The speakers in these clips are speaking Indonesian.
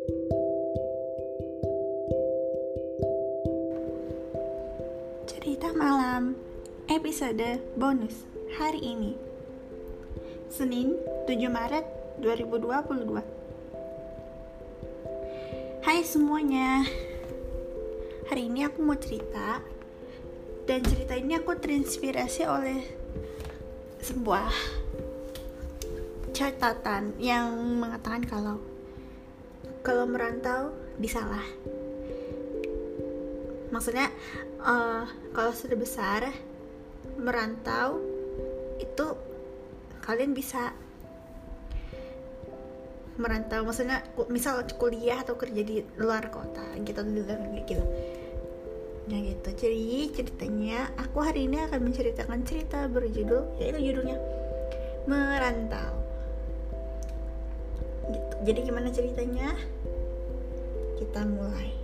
Cerita malam, episode bonus hari ini, Senin 7 Maret 2022. Hai semuanya, hari ini aku mau cerita. Dan cerita ini aku terinspirasi oleh sebuah catatan yang mengatakan kalau merantau disalah. Maksudnya kalau sudah besar merantau itu kalian bisa merantau, maksudnya misal kuliah atau kerja di luar kota gitu, di luar negeri gitu. Nah gitu. Jadi ceritanya aku hari ini akan menceritakan cerita berjudul, yaitu judulnya Merantau gitu. Jadi gimana ceritanya? Kita mulai.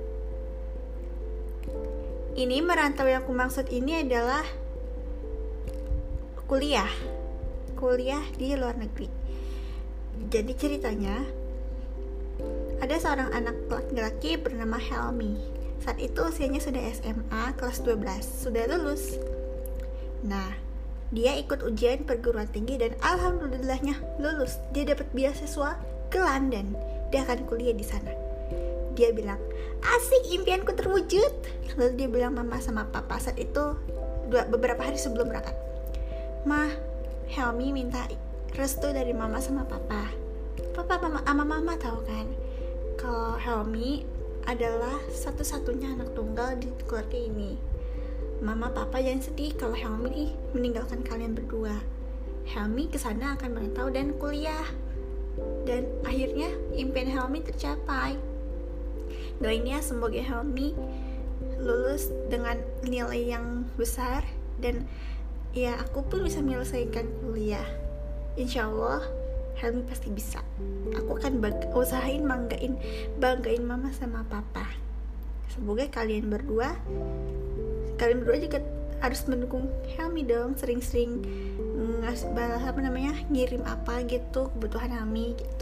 Ini merantau yang aku maksud ini adalah kuliah di luar negeri. Jadi ceritanya ada seorang anak laki-laki bernama Helmi. Saat itu usianya sudah SMA kelas 12, sudah lulus. Nah, dia ikut ujian perguruan tinggi dan alhamdulillahnya lulus. Dia dapat beasiswa ke London. Dia akan kuliah di sana. Dia bilang, asik, impianku terwujud. Lalu dia bilang mama sama papa saat itu beberapa hari sebelum berangkat. Mah, Helmi minta restu dari mama sama papa. Mama tahu kan kalau Helmi adalah satu-satunya anak tunggal di keluarga ini. Mama papa jangan sedih kalau Helmi meninggalkan kalian berdua. Helmi kesana akan merantau dan kuliah. Dan akhirnya impian Helmi tercapai. Doain ya semoga Helmi lulus dengan nilai yang besar dan ya aku pun bisa menyelesaikan kuliah. Insya Allah Helmi pasti bisa. Aku akan usahain banggain mama sama papa. Semoga kalian berdua juga harus mendukung Helmi dong. Sering-sering ngirim apa gitu kebutuhan Helmi gitu.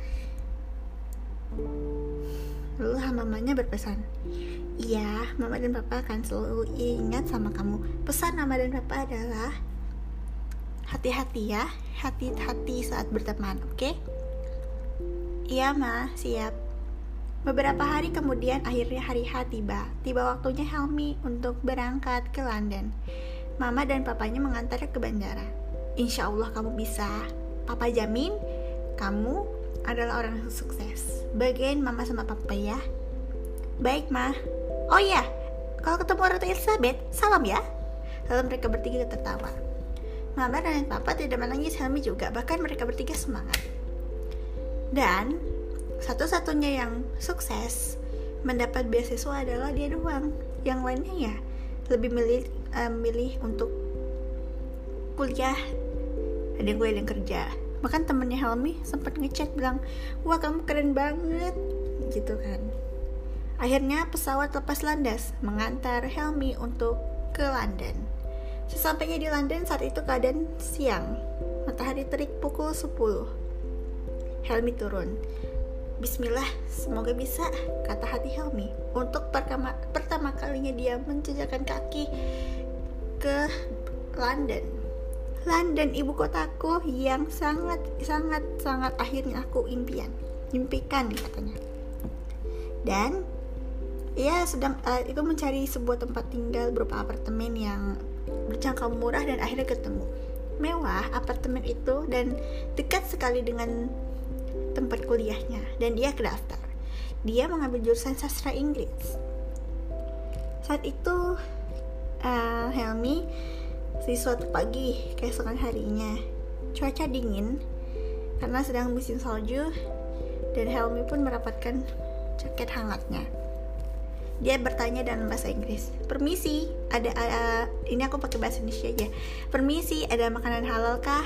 Lalu mamanya berpesan, iya, mama dan papa akan selalu ingat sama kamu. Pesan mama dan papa adalah hati-hati ya, hati-hati saat berteman, oke? Iya ma, siap. Beberapa hari kemudian akhirnya hari H tiba waktunya Helmi untuk berangkat ke London. Mama dan papanya mengantarnya ke bandara. Insya Allah kamu bisa, papa jamin kamu adalah orang yang sukses. Bagain mama sama papa ya. Baik ma. Oh iya, kalau ketemu Ratu Elizabeth, salam ya. Lalu mereka bertiga tertawa. Mama dan papa tidak menangis, Helmi juga. Bahkan mereka bertiga semangat. Dan satu-satunya yang sukses mendapat beasiswa adalah dia doang. Yang lainnya ya lebih milih untuk kuliah. Ada yang kuliah dan kerja. Bahkan temennya Helmi sempat ngechat bilang, wah kamu keren banget gitu kan. Akhirnya pesawat lepas landas mengantar Helmi untuk ke London. Sesampainya di London saat itu keadaan siang. Matahari terik pukul 10. Helmi turun. Bismillah, semoga bisa, kata hati Helmi. Untuk pertama kalinya dia menjejakkan kaki ke London, ibu kotaku yang sangat akhirnya aku impikan katanya. Dan ia sedang itu mencari sebuah tempat tinggal berupa apartemen yang berjangkau murah dan akhirnya ketemu. Mewah apartemen itu dan dekat sekali dengan tempat kuliahnya dan dia kedaftar. Dia mengambil jurusan sastra Inggris. Saat itu Helmi suatu pagi keesokan harinya, cuaca dingin karena sedang musim salju dan Helmi pun mendapatkan jaket hangatnya. Dia bertanya dalam bahasa Inggris, permisi, ini aku pakai bahasa Indonesia aja. Permisi, ada makanan halal kah?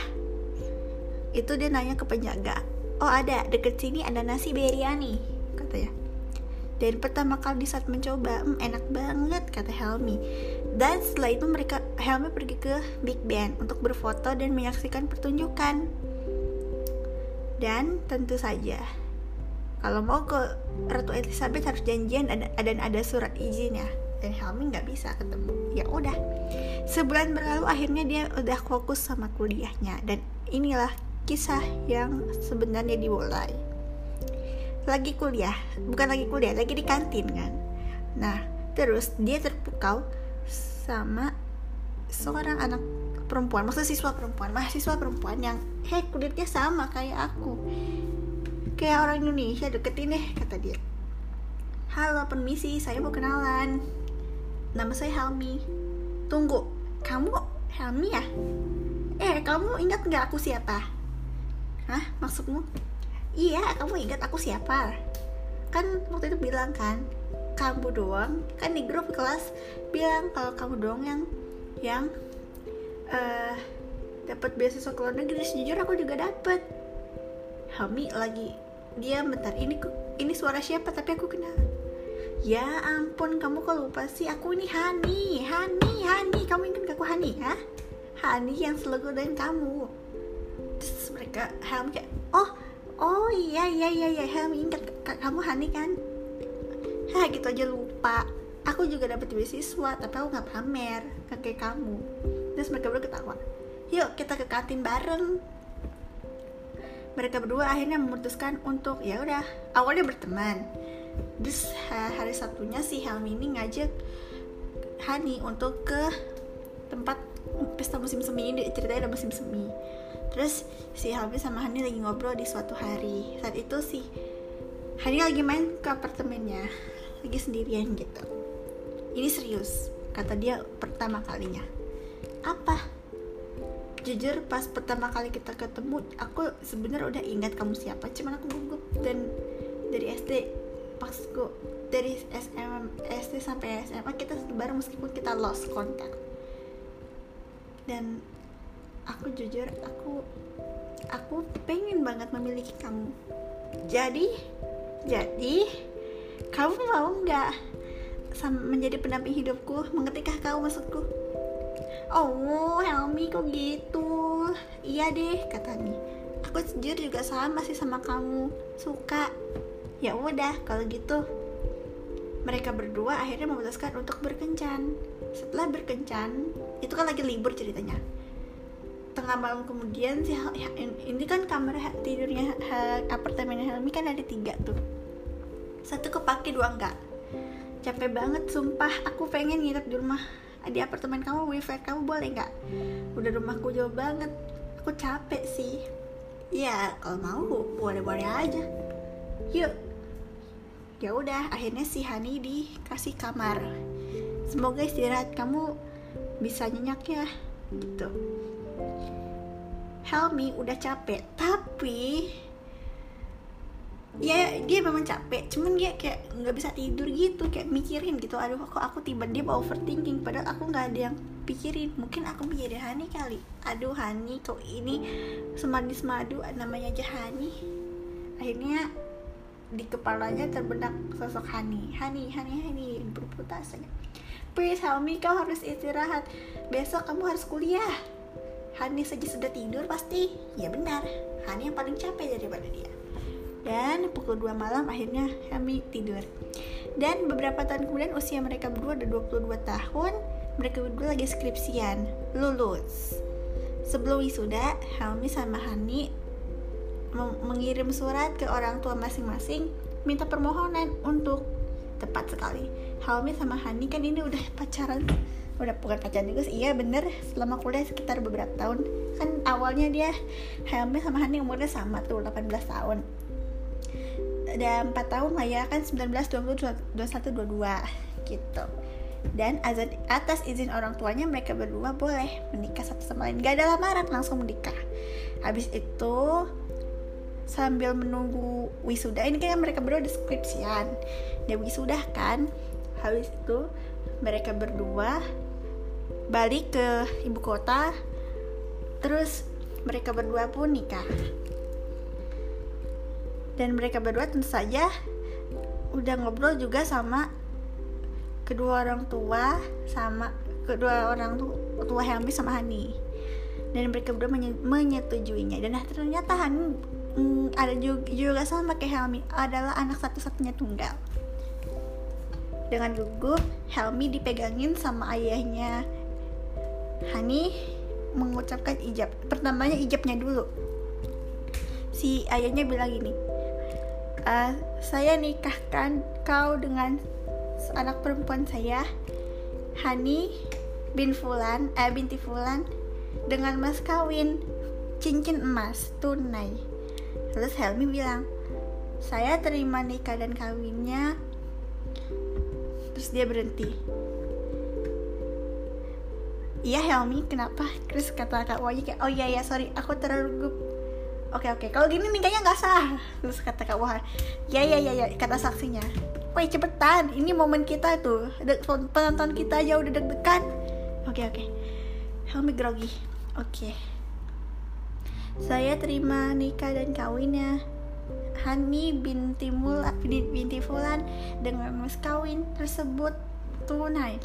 Itu dia nanya ke penjaga. Oh ada, deket sini ada nasi biryani, katanya. Dan pertama kali saat mencoba, enak banget, kata Helmi. Dan setelah itu Helmi pergi ke Big Ben untuk berfoto dan menyaksikan pertunjukan. Dan tentu saja Kalau mau ke Ratu Elizabeth harus janjian dan ada surat izin ya. Dan Helmi nggak bisa ketemu. Ya udah, sebulan berlalu akhirnya dia udah fokus sama kuliahnya. Dan inilah kisah yang sebenarnya dimulai. Lagi di kantin kan. Nah, terus dia terpukau sama seorang anak perempuan, mahasiswa perempuan yang kulitnya sama kayak aku, kayak orang Indonesia, deketin deh, kata dia. Halo, permisi, saya mau kenalan, nama saya Helmi. Tunggu, kamu Helmi ya? Kamu ingat gak aku siapa? Hah, maksudmu? Iya, kamu ingat aku siapa? Kan waktu itu bilang kan, kamu doang, kan di grup kelas bilang kalau kamu doang yang dapat beasiswa ke luar negeri. Sejujur aku juga dapat. Helmi lagi diam bentar, ini suara siapa, tapi aku kenal. Ya ampun, kamu kok lupa sih, aku ini Hani, kamu ingat aku Hani? Hah? Hani yang selalu godain kamu. Terus mereka, Helmi kayak, oh iya, Helmi ingat kamu Hani kan? Gitu aja lupa. Aku juga dapat beasiswa, tapi aku nggak pamer kayak kamu. Terus mereka berdua ketawa. Yuk kita ke kantin bareng. Mereka berdua akhirnya memutuskan untuk ya udah, awalnya berteman. Terus hari Sabtunya si Helmi ini ngajak Hani untuk ke tempat pesta musim semi. Ini ceritanya ada musim semi. Terus si Helmi sama Hani lagi ngobrol di suatu hari. Saat itu si Hani lagi main ke apartemennya, lagi sendirian gitu. Ini serius, kata dia pertama kalinya. Apa? Jujur pas pertama kali kita ketemu, aku sebenarnya udah ingat kamu siapa, cuman aku gugup. Dan dari SD, dari SD sampai SMA kita bareng meskipun kita lost contact. Dan aku jujur, aku pengen banget memiliki kamu. Jadi kamu mau nggak menjadi pendamping hidupku? Mengertikah kau maksudku? Oh, Helmi kok gitu? Iya deh, kata Hani. Aku jujur juga sama sih sama kamu, suka. Ya udah, kalau gitu mereka berdua akhirnya memutuskan untuk berkencan. Setelah berkencan, itu kan lagi libur ceritanya. Tengah malam kemudian ini kan kamar tidurnya apartemen Helmi kan ada 3 tuh. 1 kepake, 2 enggak. Capek banget sumpah, aku pengen nginep di rumah, di apartemen kamu, wifi kamu boleh nggak? Udah rumahku jauh banget, aku capek sih. Ya kalau mau boleh aja. Yuk. Ya udah, akhirnya si Hani dikasih kamar. Semoga istirahat kamu bisa nyenyak ya, gitu. Helmi udah capek, tapi ya dia memang capek, cuman dia kayak nggak bisa tidur gitu, kayak mikirin gitu. Aduh, kok aku tiba-tiba overthinking, padahal aku nggak ada yang pikirin. Mungkin aku mikirin Hani kali. Aduh Hani, kok ini semadu namanya aja Hani. Akhirnya di kepalanya terbenak sosok Hani berputar saja. Please Helmi, kau harus istirahat, besok kamu harus kuliah. Hani saja sudah tidur pasti. Ya benar, Hani yang paling capek daripada dia. Dan pukul 2 malam akhirnya Helmi tidur. Dan beberapa tahun kemudian usia mereka berdua udah 22 tahun. Mereka berdua lagi skripsian, lulus. Sebelum wisuda, Helmi sama Hani mengirim surat ke orang tua masing-masing, minta permohonan untuk, tepat sekali, Helmi sama Hani kan ini udah pacaran. Udah bukan pacaran juga sih, iya bener, selama kuliah sekitar beberapa tahun. Kan awalnya dia, Helmi sama Hani umurnya sama tuh, 18 tahun. Ada 4 tahun lah ya, kan 19, 20, 21, 22 gitu. Dan atas izin orang tuanya mereka berdua boleh menikah satu sama lain. Gak ada lamaran, langsung menikah. Habis itu sambil menunggu wisuda, ini kan mereka berdua deskripsian, dia wisuda kan. Habis itu mereka berdua balik ke ibu kota. Terus mereka berdua pun nikah. Dan mereka berdua tentu saja udah ngobrol juga sama kedua orang tua Helmi sama Hani. Dan mereka berdua menyetujuinya. Dan ternyata Hani ada juga sama kayak Helmi, adalah anak satu-satunya tunggal. Dengan gugup, Helmi dipegangin sama ayahnya. Hani mengucapkan ijab. Pertamanya ijabnya dulu. Si ayahnya bilang gini, saya nikahkan kau dengan anak perempuan saya, Hani binti Fulan, dengan mas kawin cincin emas tunai. Terus Helmi bilang, saya terima nikah dan kawinnya. Terus dia berhenti. Iya Helmi, kenapa? Terus kata Kak Wahyu kayak, oh iya sorry, aku terlalu gugup. Oke, kalau gini nikahnya nggak sah. Terus kata Kak Wahyu, ya, kata saksinya, woi cepetan, ini momen kita tuh, penonton kita aja udah deg-degan. Oke, Helmi grogi. Oke. Saya terima nikah dan kawinnya Hani binti Fulan dengan mas kawin tersebut tunai.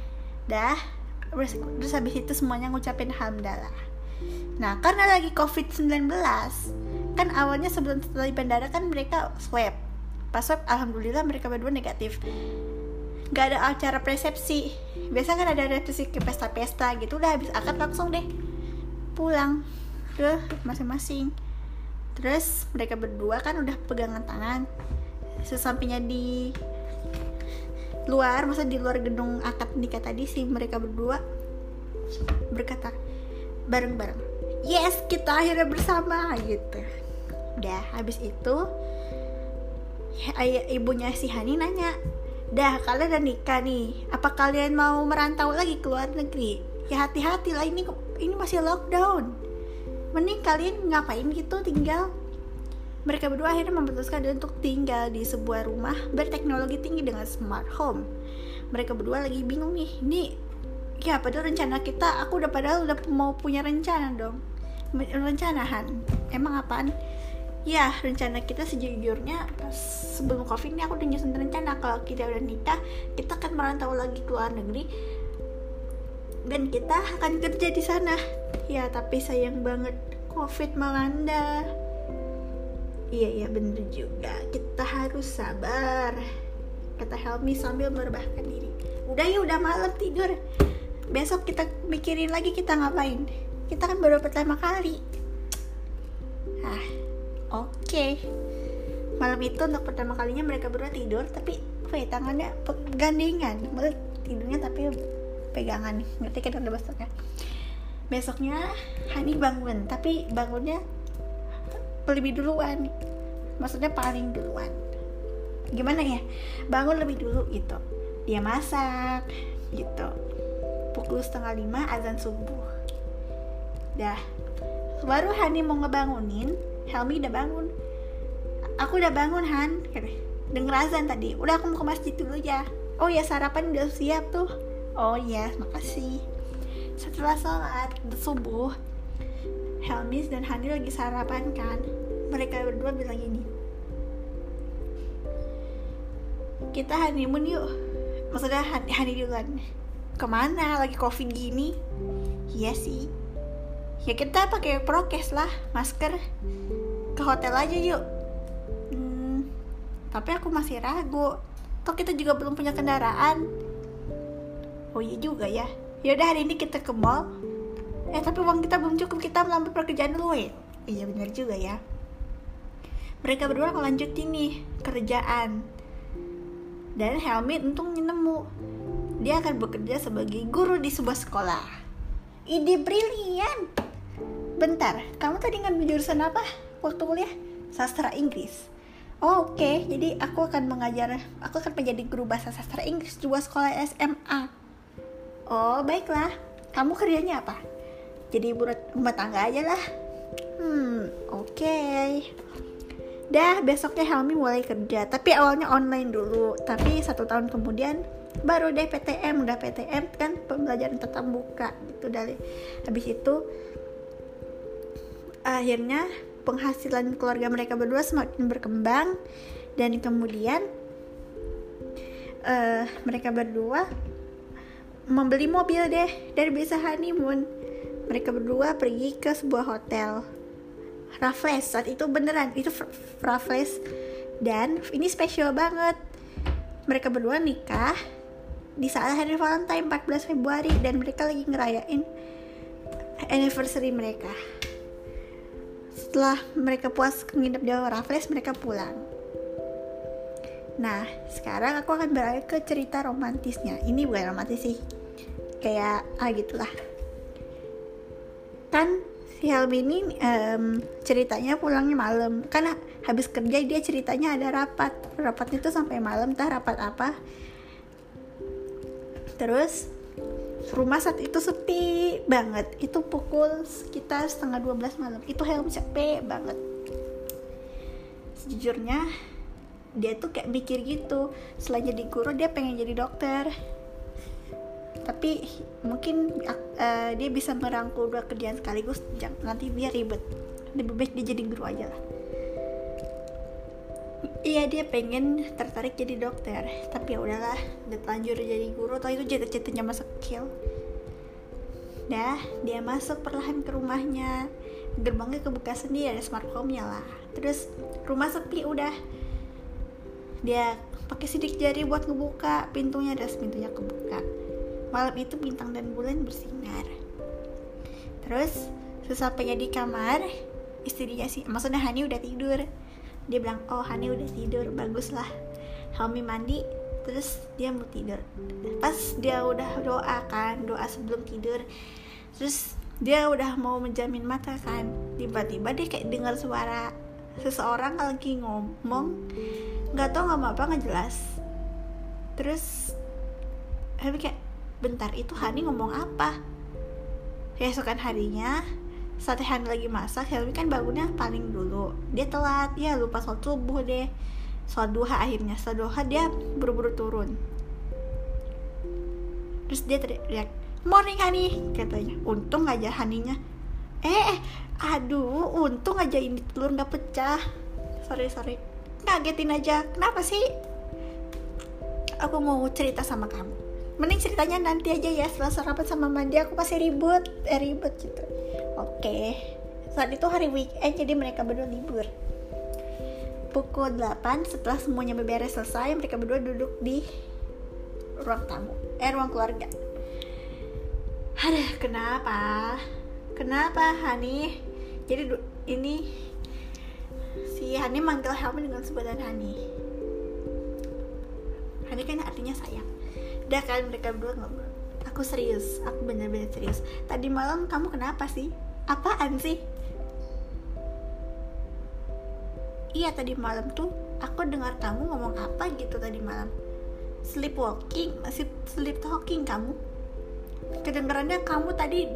Terus habis itu semuanya ngucapin hamdalah. Nah, karena lagi COVID-19, kan awalnya sebelum setelah bandara kan mereka swab. Pas swab, alhamdulillah mereka berdua negatif. Gak ada acara presepsi. Biasa kan ada resepsi ke pesta-pesta gitu. Udah habis akad langsung deh pulang ke masing-masing. Terus mereka berdua kan udah pegangan tangan. Sesampainya di luar, di luar gedung akad nikah tadi, si mereka berdua berkata bareng-bareng, yes, kita akhirnya bersama gitu. Udah habis itu ibunya si Hani nanya, dah kalian udah nikah nih, apa kalian mau merantau lagi ke luar negeri? Ya hati-hati lah, ini masih lockdown, mending kalian ngapain gitu tinggal. Mereka berdua akhirnya memutuskan untuk tinggal di sebuah rumah berteknologi tinggi dengan smart home. Mereka berdua lagi bingung nih, ini ya padahal rencana kita, aku padahal udah mau punya rencana dong. Rencanahan, emang apaan? Ya rencana kita sejujurnya sebelum covid ini aku udah nyusun rencana kalau kita udah nikah, kita akan merantau lagi ke luar negeri dan kita akan kerja di sana. Ya tapi sayang banget covid melanda. Iya bener juga, kita harus sabar, kata Helmi sambil merebahkan diri. Udah malam tidur, besok kita mikirin lagi kita ngapain. Kita kan baru pertama kali. Oke. Malam itu untuk pertama kalinya mereka berdua tidur, tapi tangannya gandengan. Tidurnya tapi pegangan, ngerti kan udah besoknya. Besoknya Hani bangun, tapi bangunnya lebih duluan. Maksudnya paling duluan. Gimana ya? Bangun lebih dulu gitu. Dia masak gitu. Pukul 4:30 azan subuh. Dah. Baru Hani mau ngebangunin, Helmi udah bangun. Aku udah bangun Han, denger azan tadi. Udah aku mau ke masjid dulu ya. Oh ya sarapan udah siap tuh. Oh ya makasih. Setelah sholat subuh, Helmi dan Hani lagi sarapan kan. Mereka berdua bilang gini, kita honeymoon yuk. Maksudnya Hani duluan. Kemana? Lagi covid gini? Iya sih. Ya kita pakai prokes lah, masker. Ke hotel aja yuk. Tapi aku masih ragu. Toh kita juga belum punya kendaraan. Oh iya juga ya. Yaudah hari ini kita ke mall. Tapi uang kita belum cukup, kita melamar pekerjaan dulu ya. Iya benar juga ya. Mereka berdua ngelanjutin nih kerjaan. Dan Helmi untung nemu, dia akan bekerja sebagai guru di sebuah sekolah. Ide brilian. Bentar, kamu tadi ngambil jurusan apa waktu kuliah? Sastra Inggris. Oke, jadi aku akan menjadi guru bahasa sastra Inggris di sebuah sekolah SMA. Oh baiklah, kamu kerjanya apa? Jadi ibu rumah tangga aja lah. Oke. Dah besoknya Helmi mulai kerja, tapi awalnya online dulu. Tapi 1 tahun kemudian baru deh PTM. Udah PTM kan, pembelajaran tatap muka gitu. Dari habis itu akhirnya penghasilan keluarga mereka berdua semakin berkembang. Dan kemudian mereka berdua membeli mobil deh dari bisa honeymoon. Mereka berdua pergi ke sebuah hotel. Raffles. Saat itu beneran itu Raffles. Dan ini spesial banget, mereka berdua nikah di saat hari Valentine 14 Februari dan mereka lagi ngerayain anniversary mereka. Setelah mereka puas nginep di Raffles, mereka pulang. Nah, sekarang aku akan beralih ke cerita romantisnya. Ini bukan romantis sih, kayak gitulah. Kan si Helmi ini ceritanya pulangnya malam. Kan habis kerja dia ceritanya ada rapatnya tuh sampai malam, entah rapat apa. Terus rumah saat itu sepi banget. Itu pukul sekitar 11:30 malam. Itu Helmi capek banget. Sejujurnya dia tuh kayak mikir gitu, selain jadi guru dia pengen jadi dokter, tapi mungkin dia bisa merangkul dua kerjaan sekaligus, nanti dia ribet. Lebih baik dia jadi guru aja lah. Iya, dia pengen tertarik jadi dokter, tapi ya udahlah, udah terlanjur jadi guru, atau itu cita-citanya masa kecil. Dia masuk perlahan ke rumahnya, gerbangnya kebuka sendiri, ada smart home-nya lah. Terus rumah sepi, udah dia pakai sidik jari buat ngebuka pintunya, dan pintunya kebuka. Malam itu bintang dan bulan bersinar. Terus sesampainya di kamar, istrinya maksudnya Hani udah tidur. Dia bilang, oh Hani udah tidur, bagus lah. Helmi mandi, terus dia mau tidur. Pas dia udah doa sebelum tidur, terus dia udah mau menjamin mata kan, tiba-tiba dia kayak dengar suara seseorang lagi ngomong, nggak tahu ngomong apa, nggak jelas. Terus Helmi kayak, bentar, itu Hani ngomong apa? Keesokan harinya saat Hani lagi masak, Helmi kan bangunnya paling dulu. Dia telat, ya lupa sholat subuh deh, sholat duha akhirnya. Setelah duha dia buru-buru turun. Terus dia teriak, morning Hani, katanya. Untung aja Haninya aduh, untung aja ini telur gak pecah. Sorry, ngagetin aja. Kenapa sih? Aku mau cerita sama kamu. Mending ceritanya nanti aja ya, setelah sarapan sama mandi. Aku pasti ribet gitu. Oke. Saat itu hari weekend, jadi mereka berdua libur. Pukul 8 setelah semuanya beberes selesai, mereka berdua duduk di ruang tamu, ruang keluarga. Aduh, kenapa Hani? Jadi ini si Hani manggil Helmi dengan sebutan Hani. Hani kan artinya sayang. Udah kan, mereka berdua ngobrol. Aku serius, aku benar-benar serius. Tadi malam kamu kenapa sih? Apaan sih? Iya, tadi malam tuh aku dengar kamu ngomong apa gitu tadi malam. Masih sleep talking kamu. Kedengarannya kamu tadi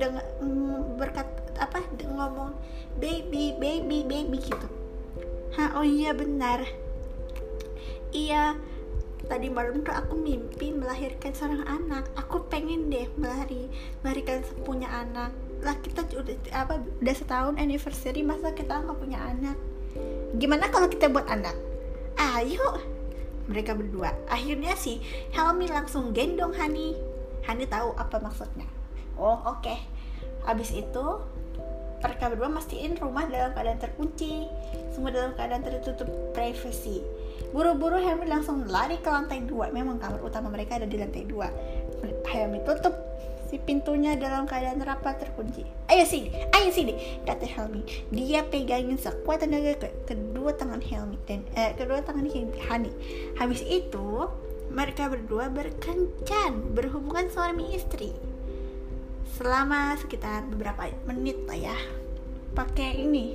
ngomong baby gitu. Oh iya benar. Iya, tadi malam tuh aku mimpi melahirkan seorang anak. Aku pengen deh melahirkan punya anak. Lah kita udah setahun anniversary, masa kita nggak punya anak? Gimana kalau kita buat anak? Ayo. Mereka berdua. Akhirnya si Helmi langsung gendong Hani. Hani tahu apa maksudnya. Oh oke. Habis itu mereka berdua mastiin rumah dalam keadaan terkunci, semua dalam keadaan tertutup privacy. Buru-buru Helmi langsung lari ke lantai 2. Memang kamar utama mereka ada di lantai 2. Helmi tutup si pintunya dalam keadaan rapat terkunci. Ayo sini, kata Helmi. Dia pegangin sekuat tenaga kedua tangan Helmi dan kedua tangan Hani. Habis itu mereka berdua berkencan, berhubungan suami istri selama sekitar beberapa menit lah ya. Pakai ini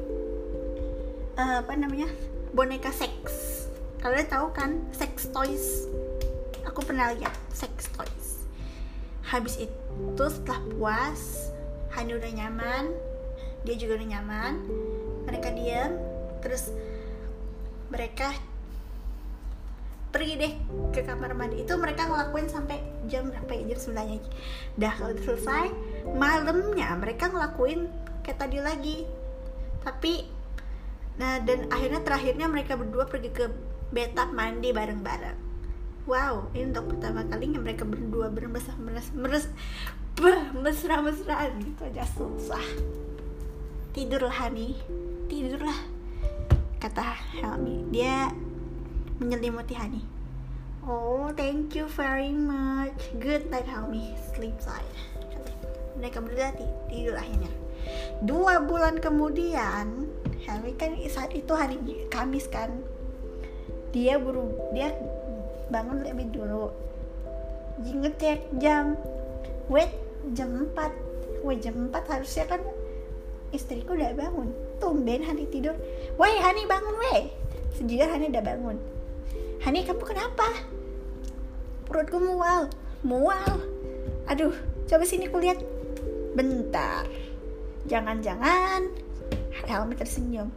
boneka seks. Kalian tahu kan sex toys? Aku pernah lihat sex toys. Habis itu setelah puas, Hani udah nyaman, dia juga udah nyaman, mereka diam. Terus mereka pergi deh ke kamar mandi. Itu mereka ngelakuin sampai jam berapa ya? Jam 9 aja. Dah kalau selesai, malamnya mereka ngelakuin kayak tadi lagi. Tapi dan terakhirnya mereka berdua pergi ke bathtub mandi bareng-bareng. Wow, ini untuk pertama kalinya mereka berdua mesra-mesraan gitu aja susah. Tidurlah Hani. tidurlah, kata Helmi. Dia menyelimuti Hani. Oh, thank you very much. Good night, Helmi. Sleep side. Mereka berdua tidur akhirnya. 2 bulan kemudian, Helmi kan saat itu hari Kamis kan. Dia bangun lebih dulu. Ngecek jam. Jam 4 harusnya kan istriku udah bangun. Tumben Hani tidur. Woi Hani bangun weh. Sejujurnya Hani udah bangun. Hani kamu kenapa? Perutku mual. Aduh, coba sini kulihat. Bentar. Jangan-jangan Helmi tersenyum.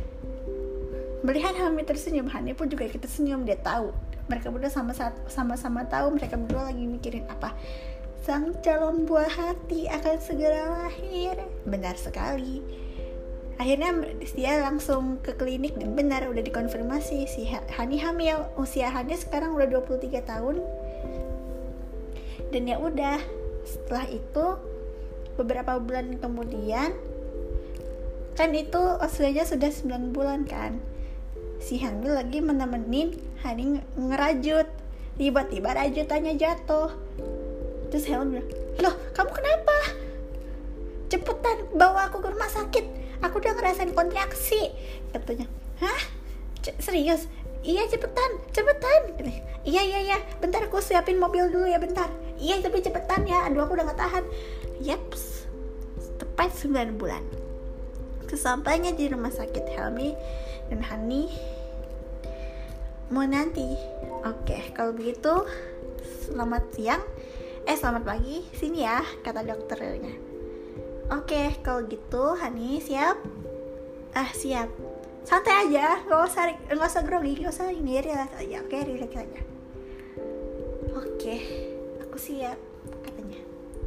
Melihat Helmi tersenyum, Hani pun juga ikut tersenyum. Dia tahu mereka berdua sama-sama tahu mereka berdua lagi mikirin apa. Sang calon buah hati akan segera lahir. Benar sekali. Akhirnya dia langsung ke klinik dan benar udah dikonfirmasi si Hani hamil. Usia Hani sekarang udah 23 tahun. Dan ya udah, setelah itu beberapa bulan kemudian, kan itu usianya sudah 9 bulan kan. Si Hani lagi menemenin Hani ngerajut. Tiba-tiba rajutannya jatuh. Terus Helmi bilang, loh kamu kenapa? Cepetan bawa aku ke rumah sakit. Aku udah ngerasain kontraksi. Katanya, hah? Serius? Iya cepetan. Iya. Bentar aku siapin mobil dulu ya bentar. Iya tapi cepetan ya. Aduh aku udah gak tahan. Yaps. Tepat 9 bulan. Kesampainya di rumah sakit, Helmi dan Hani mau nanti. Oke, kalau begitu selamat siang. Selamat pagi. Sini ya, kata dokternya. Oke, kalau gitu Hani siap? Siap. Santai aja, nggak usah grogi, nggak usah ini, relax aja. Oke, relax aja. Oke, aku siap, katanya.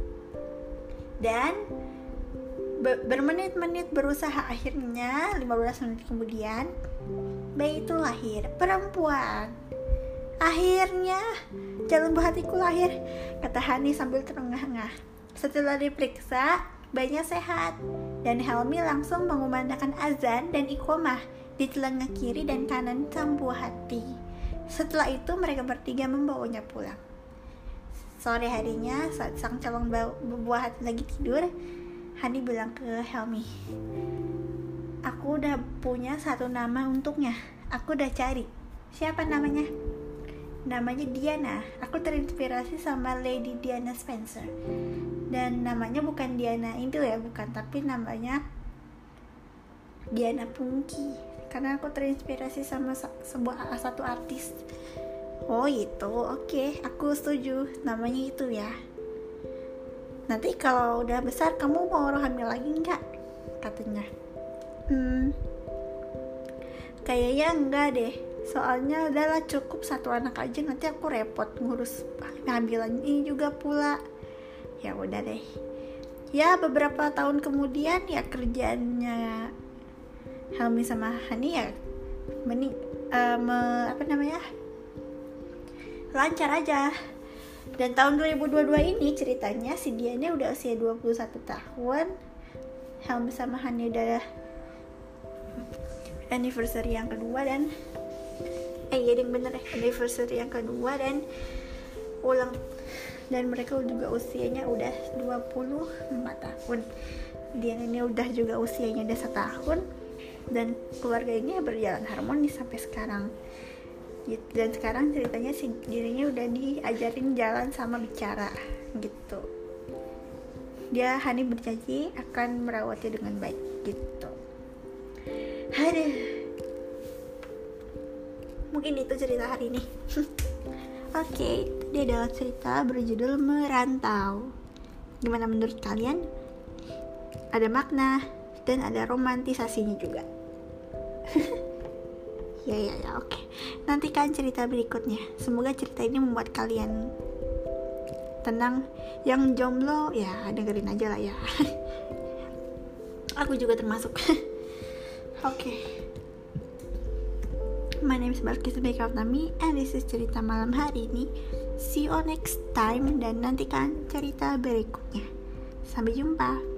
Dan bermenit-menit berusaha, akhirnya 15 menit kemudian bayi itu lahir, perempuan. Akhirnya calon buah hatiku lahir, kata Hani sambil terengah-engah. Setelah diperiksa, bayinya sehat dan Helmi langsung mengumandangkan azan dan iqomah di telinga kiri dan kanan sang buah hati. Setelah itu mereka bertiga membawanya pulang. Sore harinya saat sang calon buah hati lagi tidur, Hani bilang ke Helmi, aku udah punya satu nama untuknya. Aku udah cari. Siapa namanya? Namanya Diana. Aku terinspirasi sama Lady Diana Spencer. Dan namanya bukan Diana itu ya, bukan, tapi namanya Diana Pungki. Karena aku terinspirasi sama satu artis. Oh itu, oke, aku setuju. Namanya itu ya. Nanti kalau udah besar kamu mau hamil lagi nggak? Katanya. Kayaknya enggak deh. Soalnya udahlah cukup satu anak aja, nanti aku repot ngurus kehamilan ini juga pula. Ya udah deh. Ya beberapa tahun kemudian ya kerjaannya Helmi sama Hani ya lancar aja. Dan tahun 2022 ini ceritanya si Diana udah usia 21 tahun. Helmi sama Hani udah anniversary yang kedua dan anniversary yang kedua dan ulang, dan mereka juga usianya udah 24 tahun. Dia ini udah juga usianya udah 1 tahun dan keluarga ini berjalan harmonis sampai sekarang. Dan sekarang ceritanya si dirinya udah diajarin jalan sama bicara gitu. Dia Hani berjanji akan merawatnya dengan baik gitu. Aduh. Mungkin itu cerita hari ini. Oke, dia adalah cerita berjudul Merantau. Gimana menurut kalian? Ada makna dan ada romantisasinya juga. Ya, oke. Nantikan cerita berikutnya. Semoga cerita ini membuat kalian tenang. Yang jomblo, ya dengerin aja lah ya. Aku juga termasuk. Oke. My name is Balkis Bekautami and this is cerita malam hari ini. See you next time dan nantikan cerita berikutnya. Sampai jumpa.